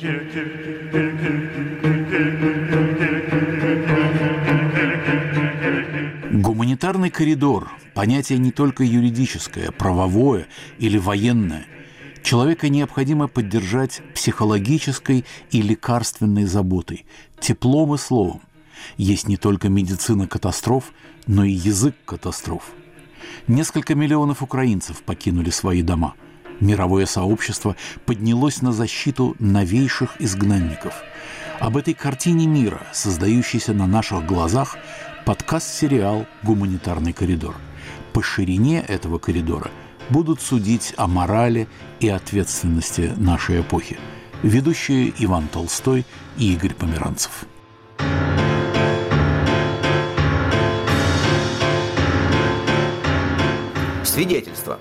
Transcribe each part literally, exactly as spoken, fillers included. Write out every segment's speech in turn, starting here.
Гуманитарный коридор – понятие не только юридическое, правовое или военное. Человека необходимо поддержать психологической и лекарственной заботой, теплом и словом. Есть не только медицина катастроф, но и язык катастроф. Несколько миллионов украинцев покинули свои дома. Мировое сообщество поднялось на защиту новейших изгнанников. Об этой картине мира, создающейся на наших глазах, подкаст-сериал «Гуманитарный коридор». По ширине этого коридора будут судить о морали и ответственности нашей эпохи. Ведущие Иван Толстой и Игорь Померанцев. Свидетельство.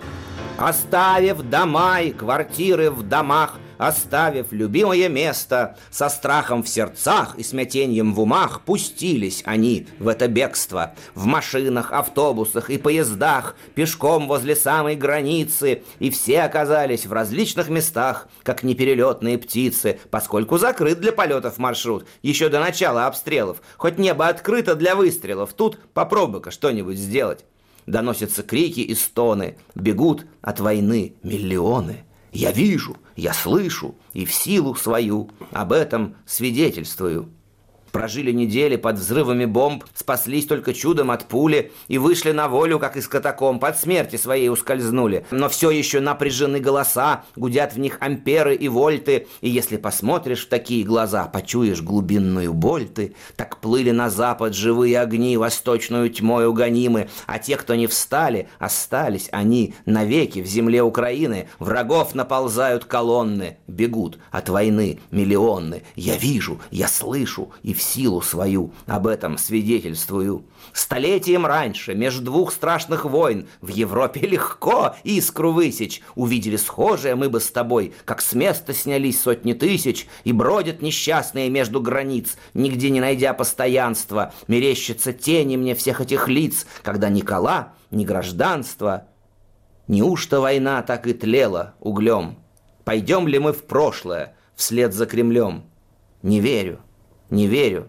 Оставив дома и квартиры в домах, оставив любимое место, со страхом в сердцах и смятением в умах пустились они в это бегство. В машинах, автобусах и поездах, пешком возле самой границы, и все оказались в различных местах, как неперелетные птицы, поскольку закрыт для полетов маршрут еще до начала обстрелов. Хоть небо открыто для выстрелов, тут попробуй-ка что-нибудь сделать. Доносятся крики и стоны, бегут от войны миллионы. Я вижу, я слышу, и в силу свою об этом свидетельствую. Прожили недели под взрывами бомб, спаслись только чудом от пули и вышли на волю, как из катакомб, от смерти своей ускользнули. Но все еще напряжены голоса, гудят в них амперы и вольты, и если посмотришь в такие глаза, почуешь глубинную боль ты. Так плыли на запад живые огни, восточную тьмою гонимы, а те, кто не встали, остались они навеки в земле Украины. Врагов наползают колонны, бегут от войны миллионы. Я вижу, я слышу, и в силу свою об этом свидетельствую. Столетием раньше, между двух страшных войн, в Европе легко искру высечь. Увидели схожее мы бы с тобой, как с места снялись сотни тысяч, и бродят несчастные между границ, нигде не найдя постоянства. Мерещатся тени мне всех этих лиц, когда ни кола, ни гражданства. Неужто война так и тлела углем? Пойдем ли мы в прошлое, вслед за Кремлем? Не верю. Не верю,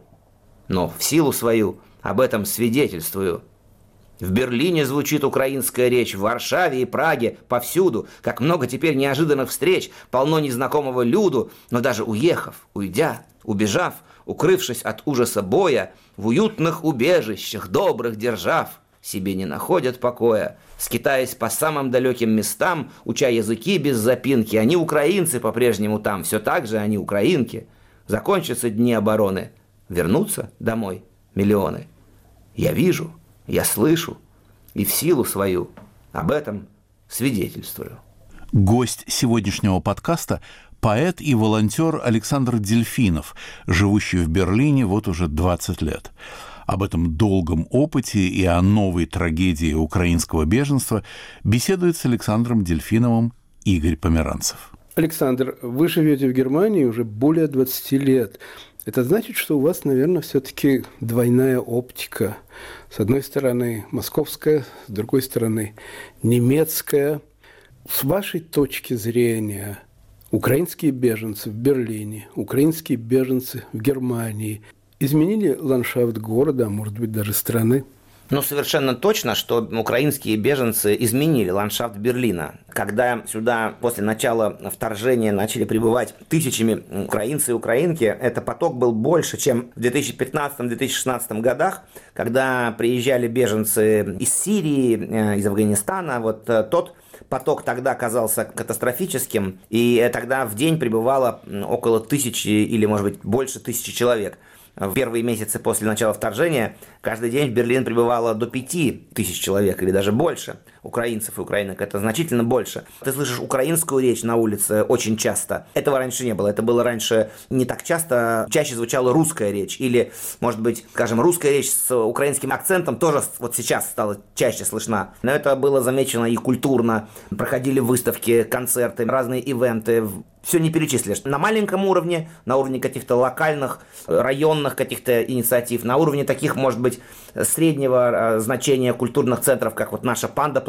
но в силу свою об этом свидетельствую. В Берлине звучит украинская речь, в Варшаве и Праге, повсюду, как много теперь неожиданных встреч, полно незнакомого люду, но даже уехав, уйдя, убежав, укрывшись от ужаса боя, в уютных убежищах, добрых держав, себе не находят покоя. Скитаясь по самым далеким местам, уча языки без запинки, они украинцы по-прежнему там, все так же они украинки. Закончатся дни обороны, вернутся домой миллионы. Я вижу, я слышу, и в силу свою об этом свидетельствую. Гость сегодняшнего подкаста – поэт и волонтер Александр Дельфинов, живущий в Берлине вот уже двадцать лет. Об этом долгом опыте и о новой трагедии украинского беженства беседует с Александром Дельфиновым Игорь Померанцев. Александр, вы живете в Германии уже более двадцати лет. Это значит, что у вас, наверное, все-таки двойная оптика. С одной стороны московская, с другой стороны немецкая. С вашей точки зрения, украинские беженцы в Берлине, украинские беженцы в Германии изменили ландшафт города, а может быть даже страны? Ну, совершенно точно, что украинские беженцы изменили ландшафт Берлина. Когда сюда после начала вторжения начали прибывать тысячами украинцы и украинки, этот поток был больше, чем в две тысячи пятнадцатом - две тысячи шестнадцатом годах, когда приезжали беженцы из Сирии, из Афганистана. Вот тот поток тогда казался катастрофическим, и тогда в день прибывало около тысячи или, может быть, больше тысячи человек. В первые месяцы после начала вторжения каждый день в Берлин прибывало до пяти тысяч человек или даже больше украинцев и украинок. Это значительно больше. Ты слышишь украинскую речь на улице очень часто. Этого раньше не было. Это было раньше не так часто. Чаще звучала русская речь. Или, может быть, скажем, русская речь с украинским акцентом тоже вот сейчас стала чаще слышна. Но это было замечено и культурно. Проходили выставки, концерты, разные ивенты. Все не перечислишь. На маленьком уровне, на уровне каких-то локальных, районных каких-то инициатив, на уровне таких, может быть, среднего значения культурных центров, как вот наша Панда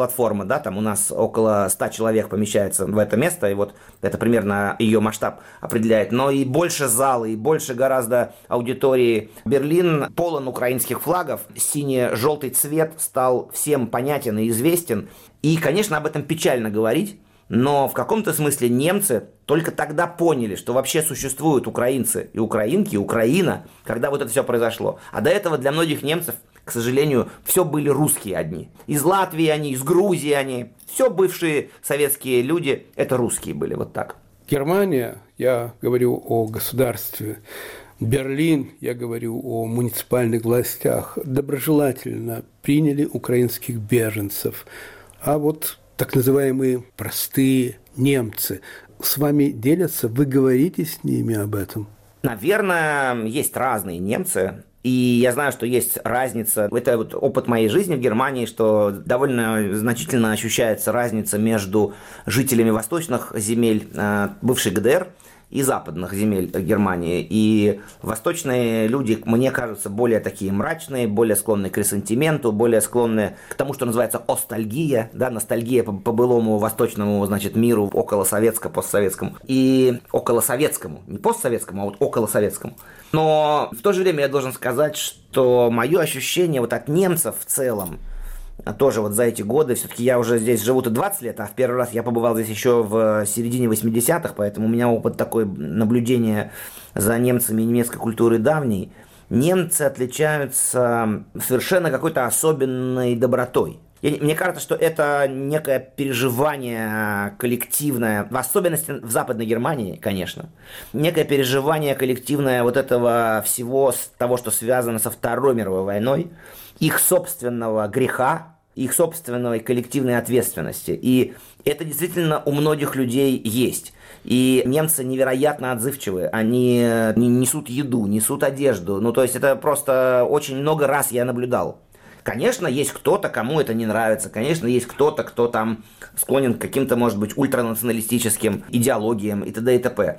платформа, да, там у нас около ста человек помещается в это место, и вот это примерно ее масштаб определяет, но и больше залы, и больше гораздо аудитории. Берлин полон украинских флагов, синий-желтый цвет стал всем понятен и известен, и, конечно, об этом печально говорить, но в каком-то смысле немцы только тогда поняли, что вообще существуют украинцы и украинки, и Украина, когда вот это все произошло. А до этого для многих немцев, к сожалению, все были русские одни. Из Латвии они, из Грузии они. Все бывшие советские люди, это русские были, вот так. Германия, я говорю о государстве, Берлин, я говорю о муниципальных властях, доброжелательно приняли украинских беженцев. А вот так называемые простые немцы с вами делятся, вы говорите с ними об этом? Наверное, есть разные немцы. И я знаю, что есть разница. Это вот опыт моей жизни в Германии, что довольно значительно ощущается разница между жителями восточных земель бывшей ГДР и западных земель Германии. И восточные люди, мне кажется, более такие мрачные, более склонны к ресентименту, более склонны к тому, что называется ностальгия, да, ностальгия по, по былому восточному, значит, миру, околосоветскому, постсоветскому. И околосоветскому, не постсоветскому, а вот околосоветскому. Но в то же время я должен сказать, что мое ощущение вот от немцев в целом, тоже вот за эти годы, все-таки я уже здесь живу-то двадцать лет, а в первый раз я побывал здесь еще в середине восьмидесятых, поэтому у меня опыт такой наблюдения за немцами и немецкой культурой давний. Немцы отличаются совершенно какой-то особенной добротой. Я, мне кажется, что это некое переживание коллективное, в особенности в Западной Германии, конечно, некое переживание коллективное вот этого всего того, что связано со Второй мировой войной, их собственного греха, их собственной коллективной ответственности. И это действительно у многих людей есть. И немцы невероятно отзывчивы. Они несут еду, несут одежду. Ну, то есть это просто очень много раз я наблюдал. Конечно, есть кто-то, кому это не нравится. Конечно, есть кто-то, кто там склонен к каким-то, может быть, ультранационалистическим идеологиям и т.д. и т.п.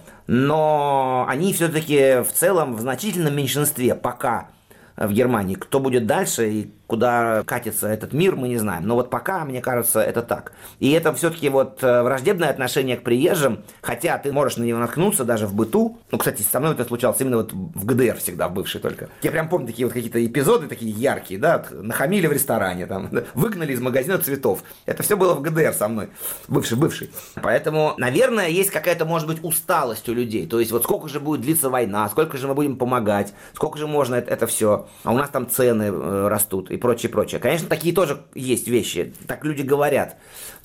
Но они все-таки в целом в значительном меньшинстве пока в Германии. Кто будет дальше и куда катится этот мир, мы не знаем. Но вот пока, мне кажется, это так. И это все-таки вот враждебное отношение к приезжим, хотя ты можешь на него наткнуться даже в быту. Ну, кстати, со мной это случалось именно вот в ГДР всегда, в бывшей только. Я прям помню такие вот какие-то эпизоды такие яркие, да, нахамили в ресторане, там, выгнали из магазина цветов. Это все было в ГДР со мной, бывший, бывший. Поэтому, наверное, есть какая-то, может быть, усталость у людей. То есть вот сколько же будет длиться война, сколько же мы будем помогать, сколько же можно это, это все. А у нас там цены э, растут и прочее, прочее. Конечно, такие тоже есть вещи, так люди говорят.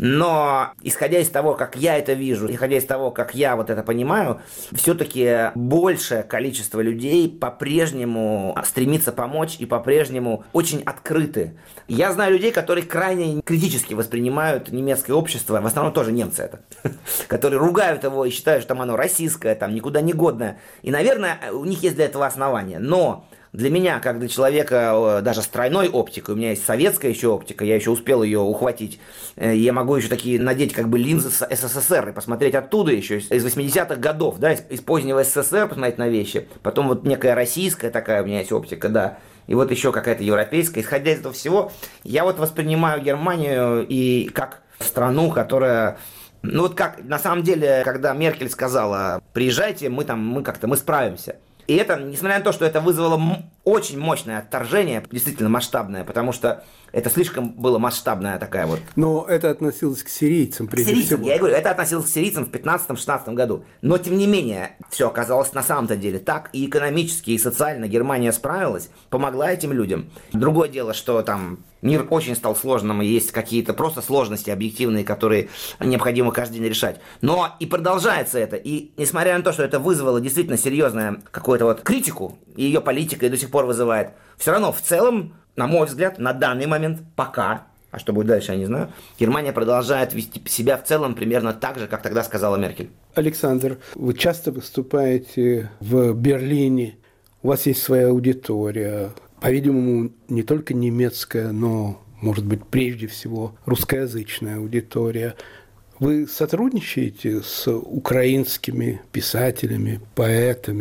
Но, исходя из того, как я это вижу, исходя из того, как я вот это понимаю, все-таки большее количество людей по-прежнему стремится помочь и по-прежнему очень открыты. Я знаю людей, которые крайне критически воспринимают немецкое общество, в основном тоже немцы это, которые ругают его и считают, что там оно российское, там никуда не годное. И, наверное, у них есть для этого основания. Но для меня, как для человека даже с тройной оптикой, у меня есть советская еще оптика, я еще успел ее ухватить, я могу еще такие надеть как бы линзы СССР и посмотреть оттуда еще, из восьмидесятых годов, да, из позднего СССР посмотреть на вещи, потом вот некая российская такая у меня есть оптика, да, и вот еще какая-то европейская. Исходя из этого всего, я вот воспринимаю Германию и как страну, которая... Ну вот как, на самом деле, когда Меркель сказала, приезжайте, мы там, мы как-то, мы справимся. И это, несмотря на то, что это вызвало м- очень мощное отторжение, действительно масштабное, потому что это слишком было масштабная такая вот... Но это относилось к сирийцам, прежде сирийцам, всего. я говорю, это относилось к сирийцам в пятнадцатом-шестнадцатом году. Но, тем не менее, все оказалось на самом-то деле так. И экономически, и социально Германия справилась, помогла этим людям. Другое дело, что там мир очень стал сложным, и есть какие-то просто сложности объективные, которые необходимо каждый день решать. Но и продолжается это. И несмотря на то, что это вызвало действительно серьезную какую-то вот критику, и ее политика и до сих пор вызывает, все равно в целом, на мой взгляд, на данный момент, пока, а что будет дальше, я не знаю, Германия продолжает вести себя в целом примерно так же, как тогда сказала Меркель. Александр, вы часто выступаете в Берлине, у вас есть своя аудитория, по-видимому, не только немецкая, но, может быть, прежде всего русскоязычная аудитория. Вы сотрудничаете с украинскими писателями, поэтами?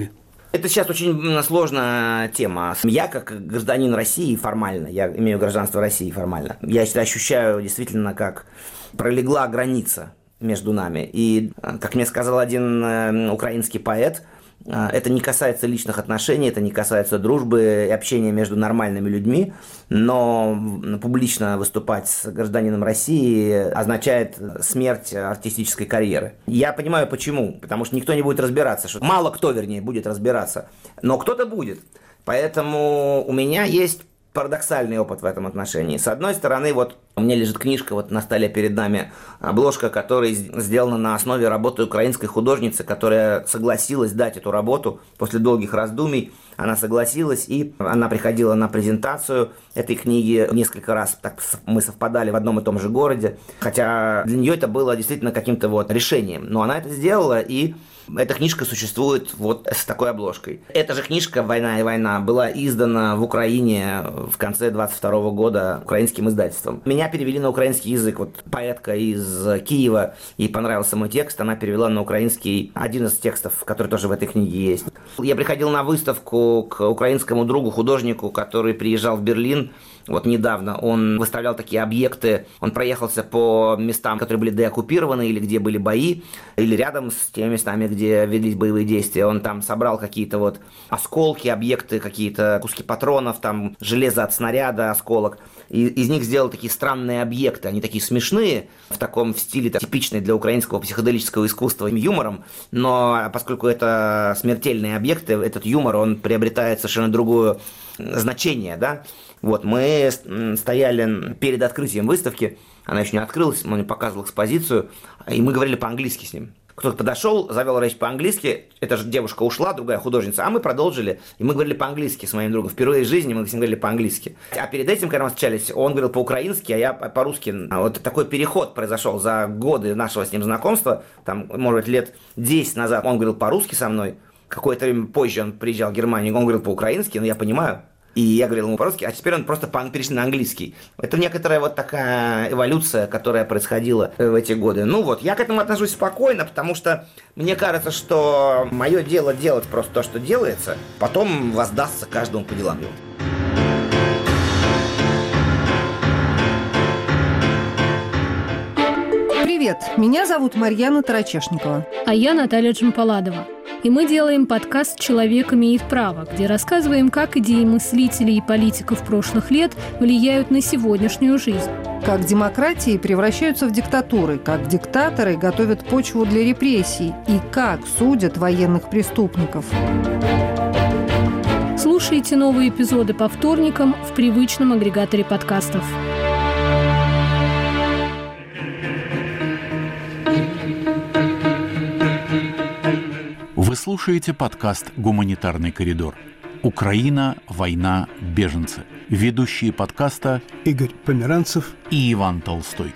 Это сейчас очень сложная тема. Я, как гражданин России формально, я имею гражданство России формально, я себя ощущаю действительно, как пролегла граница между нами. И, как мне сказал один украинский поэт, это не касается личных отношений, это не касается дружбы и общения между нормальными людьми, но публично выступать с гражданином России означает смерть артистической карьеры. Я понимаю, почему. Потому что никто не будет разбираться. Что мало кто, вернее, будет разбираться. Но кто-то будет. Поэтому у меня есть парадоксальный опыт в этом отношении. С одной стороны, вот у меня лежит книжка вот на столе перед нами, обложка, которая сделана на основе работы украинской художницы, которая согласилась дать эту работу после долгих раздумий. Она согласилась, и она приходила на презентацию этой книги несколько раз. Так мы совпадали в одном и том же городе, хотя для нее это было действительно каким-то вот решением. Но она это сделала, и эта книжка существует вот с такой обложкой. Эта же книжка «Война и война» была издана в Украине в конце двадцать второго года украинским издательством. Меня перевели на украинский язык. Вот поэтка из Киева, ей понравился мой текст, она перевела на украинский один из текстов, который тоже в этой книге есть. Я приходил на выставку к украинскому другу, художнику, который приезжал в Берлин. Вот недавно он выставлял такие объекты, он проехался по местам, которые были деоккупированы, или где были бои, или рядом с теми местами, где велись боевые действия. Он там собрал какие-то вот осколки, объекты, какие-то куски патронов, там железо от снаряда, осколок. И из них сделал такие странные объекты, они такие смешные, в таком в стиле типичной для украинского психоделического искусства юмором, но поскольку это смертельные объекты, этот юмор, он приобретает совершенно другое значение, да. Вот, мы стояли перед открытием выставки, она еще не открылась, он мне показывал экспозицию, и мы говорили по-английски с ним. Кто-то подошел, завел речь по-английски, эта же девушка ушла, другая художница, а мы продолжили, и мы говорили по-английски с моим другом. Впервые в жизни мы с ним говорили по-английски. А перед этим, когда мы встречались, он говорил по-украински, а я по-русски. Вот такой переход произошел за годы нашего с ним знакомства, там, может быть, лет десять назад он говорил по-русски со мной, какое-то время позже он приезжал в Германию, он говорил по-украински, но я понимаю. И я говорил ему по-русски, а теперь он просто перешел на английский. Это некоторая вот такая эволюция, которая происходила в эти годы. Ну вот, я к этому отношусь спокойно, потому что мне кажется, что мое дело делать просто то, что делается, потом воздастся каждому по делам его. Привет, меня зовут Марьяна Тарачешникова. А я Наталья Джампаладова. И мы делаем подкаст «Человек имеет право», где рассказываем, как идеи мыслителей и политиков прошлых лет влияют на сегодняшнюю жизнь. Как демократии превращаются в диктатуры, как диктаторы готовят почву для репрессий и как судят военных преступников. Слушайте новые эпизоды по вторникам в привычном агрегаторе подкастов. Вы слушаете подкаст «Гуманитарный коридор». Украина, война, беженцы. Ведущие подкаста Игорь Померанцев и Иван Толстой.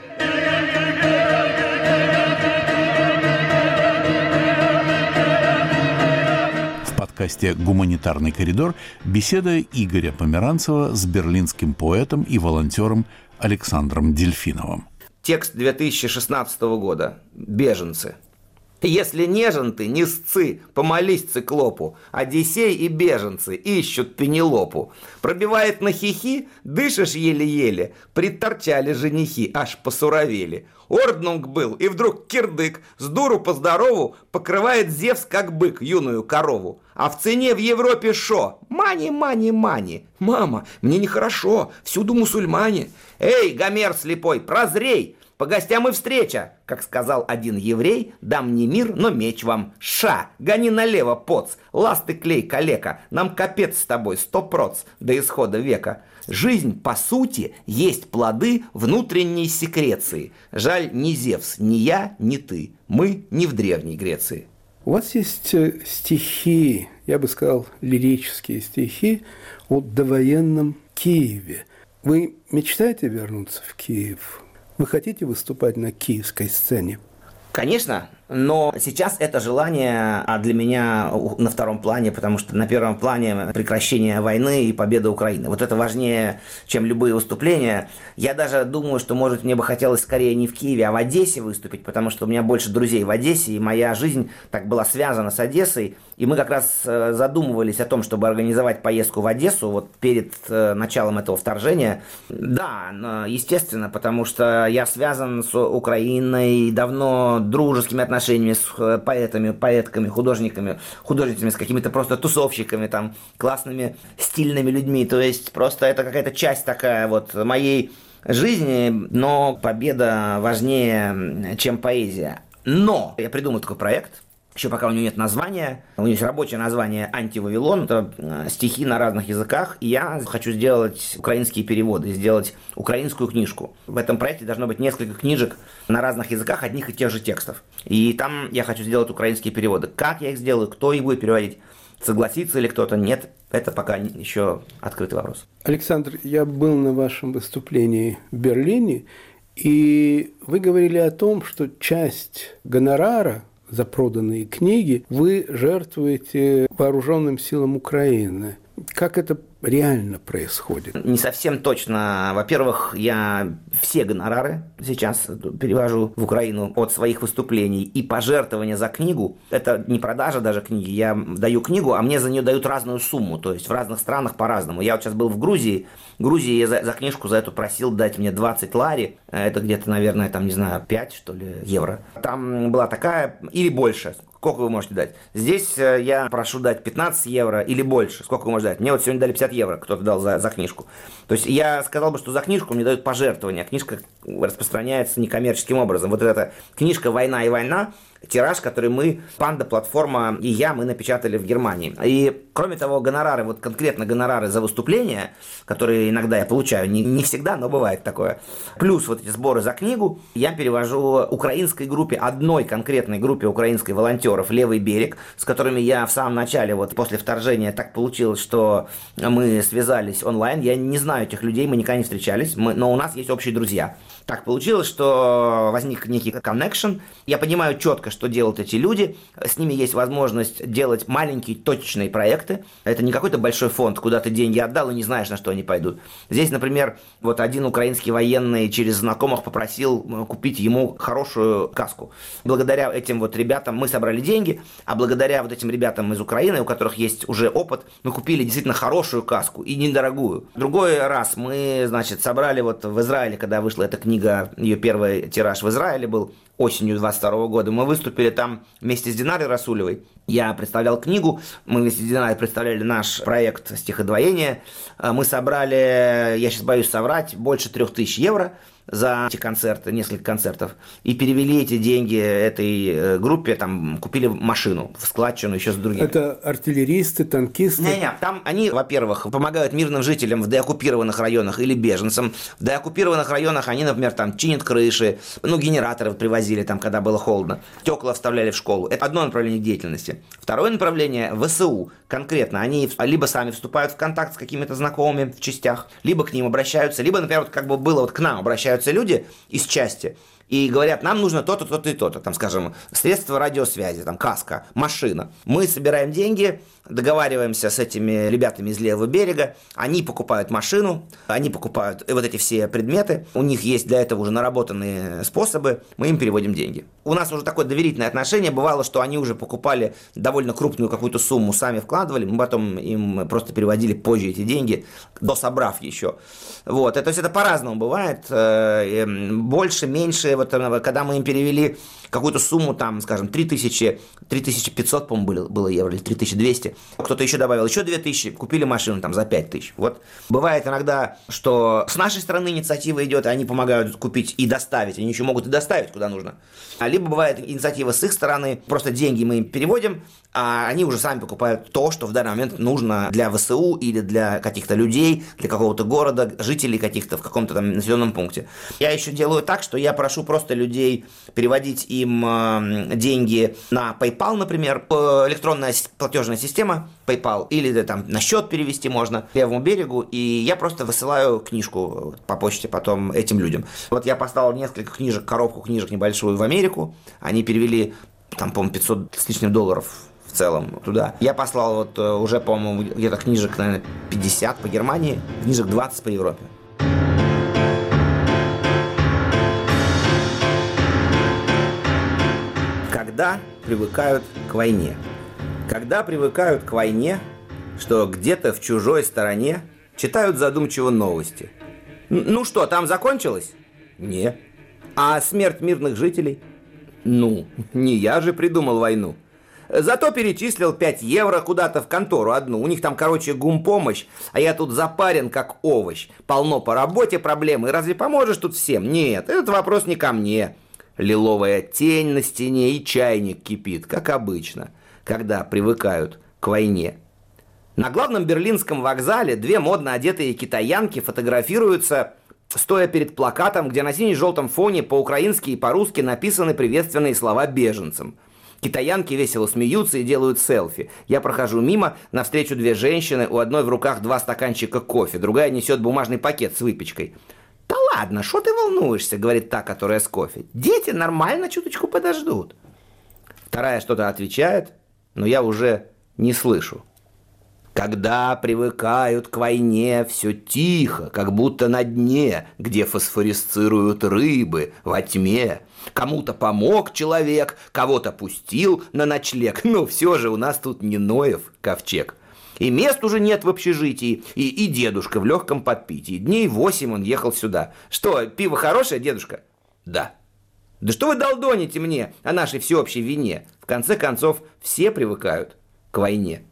В подкасте «Гуманитарный коридор» беседа Игоря Померанцева с берлинским поэтом и волонтером Александром Дельфиновым. Текст две тысячи шестнадцатого года. «Беженцы». Если нежен ты, не сцы, помолись циклопу. Одиссей и беженцы ищут Пенелопу. Пробивает на хихи, дышишь еле-еле. Приторчали женихи, аж посуровели. Орднунг был, и вдруг кирдык, с дуру по-здорову, покрывает Зевс, как бык, юную корову. А в цене в Европе шо? Мани, мани, мани. Мама, мне нехорошо, всюду мусульмане. Эй, Гомер слепой, прозрей! По гостям и встреча, как сказал один еврей, дам не мир, но меч вам. Ша, гони налево, поц, ласты клей, калека, нам капец с тобой, сто проц до исхода века. Жизнь, по сути, есть плоды внутренней секреции. Жаль, ни Зевс, ни я, ни ты. Мы не в Древней Греции. У вас есть стихи, я бы сказал, лирические стихи о довоенном Киеве. Вы мечтаете вернуться в Киев? Вы хотите выступать на киевской сцене? Конечно, Но сейчас это желание а для меня на втором плане, потому что на первом плане прекращение войны и победа Украины. Вот это важнее, чем любые выступления. Я даже думаю, что, может, мне бы хотелось скорее не в Киеве, а в Одессе выступить, потому что у меня больше друзей в Одессе, и моя жизнь так была связана с Одессой. И мы как раз задумывались о том, чтобы организовать поездку в Одессу вот перед началом этого вторжения. Да, естественно, потому что я связан с Украиной давно, дружескими отношениями с поэтами, поэтками, художниками, художницами, с какими-то просто тусовщиками, там, классными, стильными людьми. То есть просто это какая-то часть такая вот моей жизни, но победа важнее, чем поэзия. Но я придумал такой проект, еще пока у него нет названия. У него есть рабочее название «Антивавилон». Это стихи на разных языках. И я хочу сделать украинские переводы, сделать украинскую книжку. В этом проекте должно быть несколько книжек на разных языках одних и тех же текстов. И там я хочу сделать украинские переводы. Как я их сделаю, кто их будет переводить, согласится ли кто-то, нет. Это пока еще открытый вопрос. Александр, я был на вашем выступлении в Берлине, и вы говорили о том, что часть гонорара за проданные книги вы жертвуете вооруженным силам Украины. Как это реально происходит? Не совсем точно. Во-первых, я все гонорары сейчас перевожу в Украину от своих выступлений. И пожертвования за книгу, это не продажа даже книги, я даю книгу, а мне за нее дают разную сумму. То есть в разных странах по-разному. Я вот сейчас был в Грузии. В Грузии я за, за книжку за эту просил дать мне двадцать лари. Это где-то, наверное, там, не знаю, пять, что ли, евро. Там была такая, или больше. Сколько вы можете дать? Здесь я прошу дать пятнадцать евро или больше. Сколько вы можете дать? Мне вот сегодня дали пятьдесят евро, кто-то дал за, за книжку. То есть я сказал бы, что за книжку мне дают пожертвования. Книжка распространяется некоммерческим образом. Вот эта книжка «Война и война», тираж, который мы, Панда-платформа и я, мы напечатали в Германии. И, кроме того, гонорары, вот конкретно гонорары за выступления, которые иногда я получаю, не, не всегда, но бывает такое, плюс вот эти сборы за книгу, я перевожу украинской группе, одной конкретной группе украинской волонтеров «Левый берег», с которыми я в самом начале, вот после вторжения, так получилось, что мы связались онлайн. Я не знаю этих людей, мы никогда не встречались, мы, но у нас есть общие друзья. Так получилось, что возник некий connection. Я понимаю четко, что делают эти люди. С ними есть возможность делать маленькие точечные проекты. Это не какой-то большой фонд, куда ты деньги отдал и не знаешь, на что они пойдут. Здесь, например, вот один украинский военный через знакомых попросил купить ему хорошую каску. Благодаря этим вот ребятам мы собрали деньги, а благодаря вот этим ребятам из Украины, у которых есть уже опыт, мы купили действительно хорошую каску и недорогую. Другой раз мы, значит, собрали вот в Израиле, когда вышла эта книга, ее первый тираж в Израиле был осенью двадцать второго года. Мы выступили там вместе с Динарой Расулевой. Я представлял книгу, мы вместе с Динарой представляли наш проект стиходвоения. Мы собрали, я сейчас боюсь соврать, больше трех тысяч евро за эти концерты, несколько концертов, и перевели эти деньги этой группе, там, купили машину в складчину еще с другими. Это артиллеристы, танкисты? Не-не, там они, во-первых, помогают мирным жителям в деоккупированных районах или беженцам. В деоккупированных районах они, например, там чинят крыши, ну, генераторы привозили там, когда было холодно, стекла вставляли в школу. Это одно направление деятельности. Второе направление – ВСУ. Конкретно они либо сами вступают в контакт с какими-то знакомыми в частях, либо к ним обращаются, либо, например, вот как бы было вот к нам обращаются люди из части и говорят, нам нужно то-то, то-то и то-то, там, скажем, средства радиосвязи, там, каска, машина. Мы собираем деньги, договариваемся с этими ребятами из Левого берега, они покупают машину, они покупают вот эти все предметы, у них есть для этого уже наработанные способы, мы им переводим деньги. У нас уже такое доверительное отношение, бывало, что они уже покупали довольно крупную какую-то сумму, сами вкладывали, мы потом им просто переводили позже эти деньги, дособрав еще. Вот, то есть это по-разному бывает, больше, меньше, вот, когда мы им перевели какую-то сумму, там, скажем, три тысячи, три тысячи пятьсот, по-моему, было, было евро, или три тысячи двести, кто-то еще добавил, еще две тысячи, купили машину там за пять тысяч. Вот бывает иногда, что с нашей стороны инициатива идет, и они помогают купить и доставить, они еще могут и доставить куда нужно. А либо бывает инициатива с их стороны, просто деньги мы им переводим, а они уже сами покупают то, что в данный момент нужно для ВСУ или для каких-то людей, для какого-то города, жителей каких-то в каком-то там населенном пункте. Я еще делаю так, что я прошу просто людей переводить им э, деньги на PayPal, например, электронная платежная система PayPal, или там на счет перевести можно Левому берегу, и я просто высылаю книжку по почте потом этим людям. Вот я поставил несколько книжек, коробку книжек небольшую в Америку, они перевели там, по-моему, пятьсот с лишним долларов в целом туда. Я послал вот уже, по-моему, где-то книжек, наверное, пятьдесят по Германии, книжек двадцать по Европе. Когда привыкают к войне? Когда привыкают к войне, что где-то в чужой стороне читают задумчиво новости. Ну что, там закончилось? Не. А смерть мирных жителей? Ну, не я же придумал войну. Зато перечислил пять евро куда-то в контору одну. У них там, короче, гумпомощь, а я тут запарен, как овощ. Полно по работе проблем, и разве поможешь тут всем? Нет, этот вопрос не ко мне. Лиловая тень на стене и чайник кипит, как обычно, когда привыкают к войне. На главном берлинском вокзале две модно одетые китаянки фотографируются, стоя перед плакатом, где на сине-желтом фоне по-украински и по-русски написаны приветственные слова беженцам. Китаянки весело смеются и делают селфи. Я прохожу мимо, навстречу две женщины, у одной в руках два стаканчика кофе, другая несет бумажный пакет с выпечкой. «Да ладно, что ты волнуешься?» — говорит та, которая с кофе. «Дети нормально чуточку подождут». Вторая что-то отвечает, но я уже не слышу. Когда привыкают к войне, все тихо, как будто на дне, где фосфорисцируют рыбы во тьме. Кому-то помог человек, кого-то пустил на ночлег, но все же у нас тут не Ноев ковчег. И мест уже нет в общежитии, и, и дедушка в легком подпитии. Дней восемь он ехал сюда. Что, пиво хорошее, дедушка? Да. Да что вы долдоните мне о нашей всеобщей вине? В конце концов, все привыкают к войне.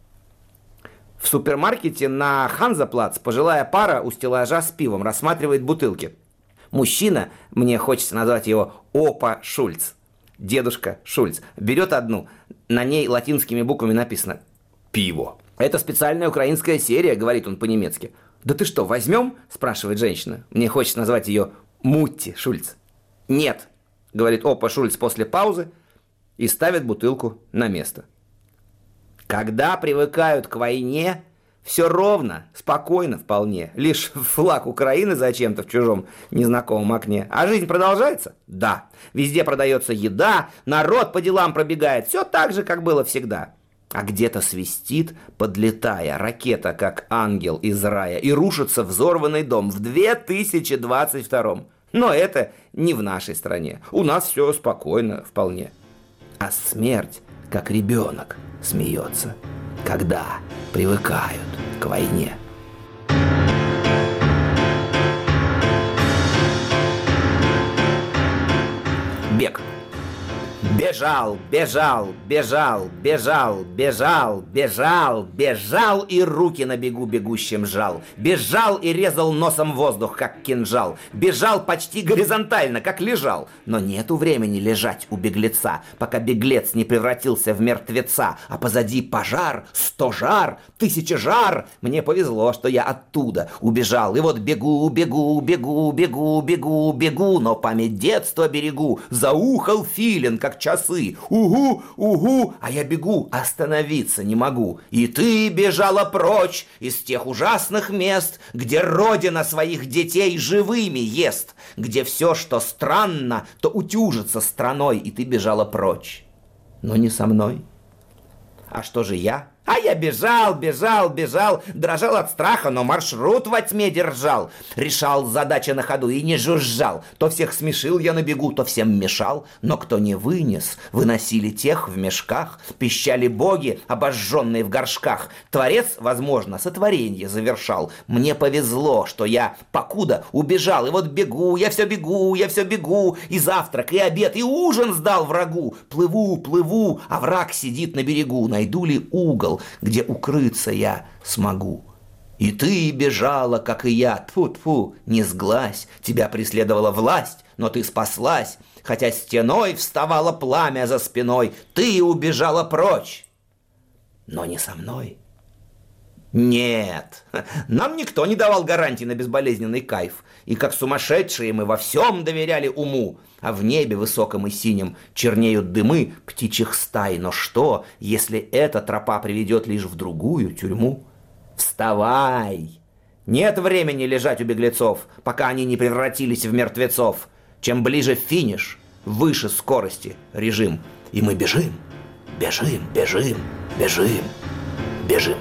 В супермаркете на Ханзаплац пожилая пара у стеллажа с пивом рассматривает бутылки. Мужчина, мне хочется назвать его Опа Шульц, дедушка Шульц, берет одну, на ней латинскими буквами написано «Пиво». «Это специальная украинская серия», — говорит он по-немецки. «Да ты что, возьмем?» — спрашивает женщина. Мне хочется назвать ее Мутти Шульц. «Нет», — говорит Опа Шульц после паузы и ставит бутылку на место. Когда привыкают к войне, все ровно, спокойно вполне. Лишь флаг Украины зачем-то в чужом незнакомом окне. А жизнь продолжается? Да. Везде продается еда, народ по делам пробегает. Все так же, как было всегда. А где-то свистит, подлетая, ракета, как ангел из рая, и рушится взорванный дом в две тысячи двадцать втором. Но это не в нашей стране. У нас все спокойно вполне. А смерть, как ребенок, смеется, когда привыкают к войне. Бег. Бежал, бежал, бежал, бежал, бежал, бежал, бежал и руки на бегу бегущим жал. Бежал и резал носом воздух, как кинжал. Бежал почти горизонтально, как лежал. Но нету времени лежать у беглеца, пока беглец не превратился в мертвеца. А позади пожар, сто жар, тысяча жар. Мне повезло, что я оттуда убежал. И вот бегу, бегу, бегу, бегу, бегу, бегу, но память детства берегу. Заухал филин, как часы. Угу, угу, а я бегу, остановиться не могу. И ты бежала прочь из тех ужасных мест, где родина своих детей живыми ест, где все, что странно, то утюжится страной, и ты бежала прочь. Но не со мной. А что же я? А я бежал, бежал, бежал, дрожал от страха, но маршрут во тьме держал. Решал задачи на ходу и не жужжал. То всех смешил я на бегу, то всем мешал. Но кто не вынес, выносили тех в мешках. Пищали боги, обожженные в горшках. Творец, возможно, сотворенье завершал. Мне повезло, что я покуда убежал. И вот бегу, я все бегу, я все бегу. И завтрак, и обед, и ужин сдал врагу. Плыву, плыву, а враг сидит на берегу. Найду ли угол, где укрыться я смогу? И ты бежала, как и я, тьфу-тьфу, не сглазь, тебя преследовала власть, но ты спаслась, хотя стеной вставало пламя за спиной, ты убежала прочь, но не со мной. Нет, нам никто не давал гарантии на безболезненный кайф, и как сумасшедшие мы во всем доверяли уму, а в небе высоком и синем чернеют дымы птичьих стай. Но что, если эта тропа приведет лишь в другую тюрьму? Вставай! Нет времени лежать у беглецов, пока они не превратились в мертвецов. Чем ближе финиш, выше скорости режим. И мы бежим, бежим, бежим, бежим, бежим.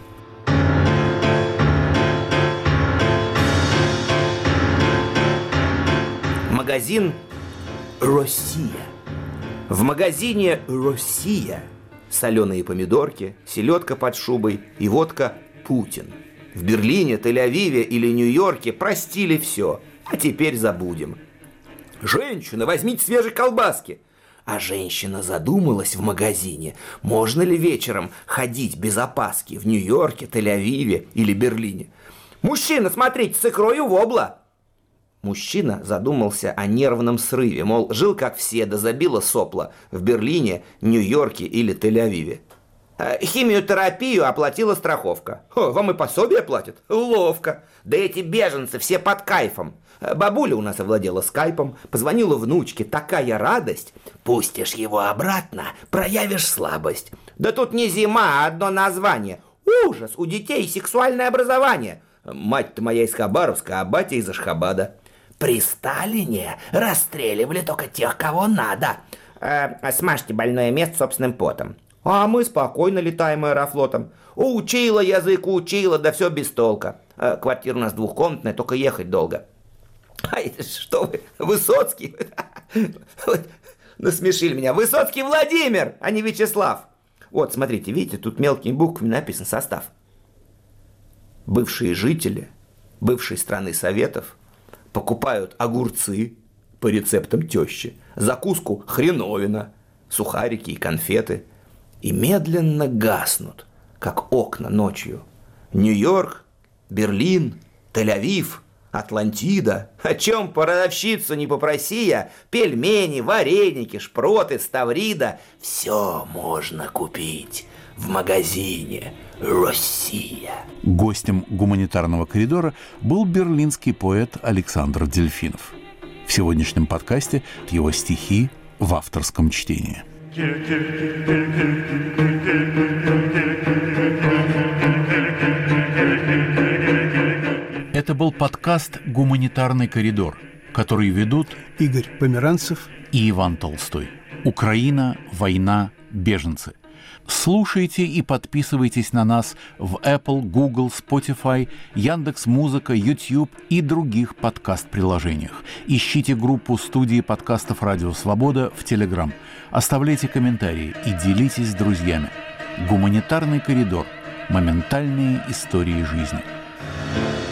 Магазин «Россия». В магазине «Россия» соленые помидорки, селедка под шубой и водка «Путин». В Берлине, Тель-Авиве или Нью-Йорке простили все, а теперь забудем. «Женщина, возьмите свежей колбаски!» А женщина задумалась в магазине, можно ли вечером ходить без опаски в Нью-Йорке, Тель-Авиве или Берлине. «Мужчина, смотрите, с икрою вобла!» Мужчина задумался о нервном срыве, мол, жил как все, да забило сопла в Берлине, Нью-Йорке или Тель-Авиве. Химиотерапию оплатила страховка. О, вам и пособие платят? Ловко. Да эти беженцы все под кайфом. Бабуля у нас овладела скайпом, позвонила внучке, такая радость. Пустишь его обратно, проявишь слабость. Да тут не зима, а одно название. Ужас, у детей сексуальное образование. Мать-то моя из Хабаровска, а батя из Ашхабада. При Сталине расстреливали только тех, кого надо. Э, смажьте больное место собственным потом. А мы спокойно летаем аэрофлотом. Учила язык, учила, да все без толка. Э, квартира у нас двухкомнатная, только ехать долго. Ай, что вы, Высоцкий? Насмешили меня. Высоцкий Владимир, а не Вячеслав. Вот, смотрите, видите, тут мелкими буквами написан состав. Бывшие жители бывшей страны Советов покупают огурцы по рецептам тещи, закуску хреновина, сухарики и конфеты и медленно гаснут, как окна ночью. Нью-Йорк, Берлин, Тель-Авив, Атлантида. О чем продавщицу не попроси я, пельмени, вареники, шпроты, ставрида. Все можно купить в магазине «Россия». Гостем гуманитарного коридора был берлинский поэт Александр Дельфинов. В сегодняшнем подкасте его стихи в авторском чтении. Это был подкаст «Гуманитарный коридор», который ведут Игорь Померанцев и Иван Толстой. Украина, война, беженцы. Слушайте и подписывайтесь на нас в Apple, Google, Spotify, Яндекс.Музыка, YouTube и других подкаст-приложениях. Ищите группу студии подкастов «Радио Свобода» в Telegram. Оставляйте комментарии и делитесь с друзьями. Гуманитарный коридор. Моментальные истории жизни.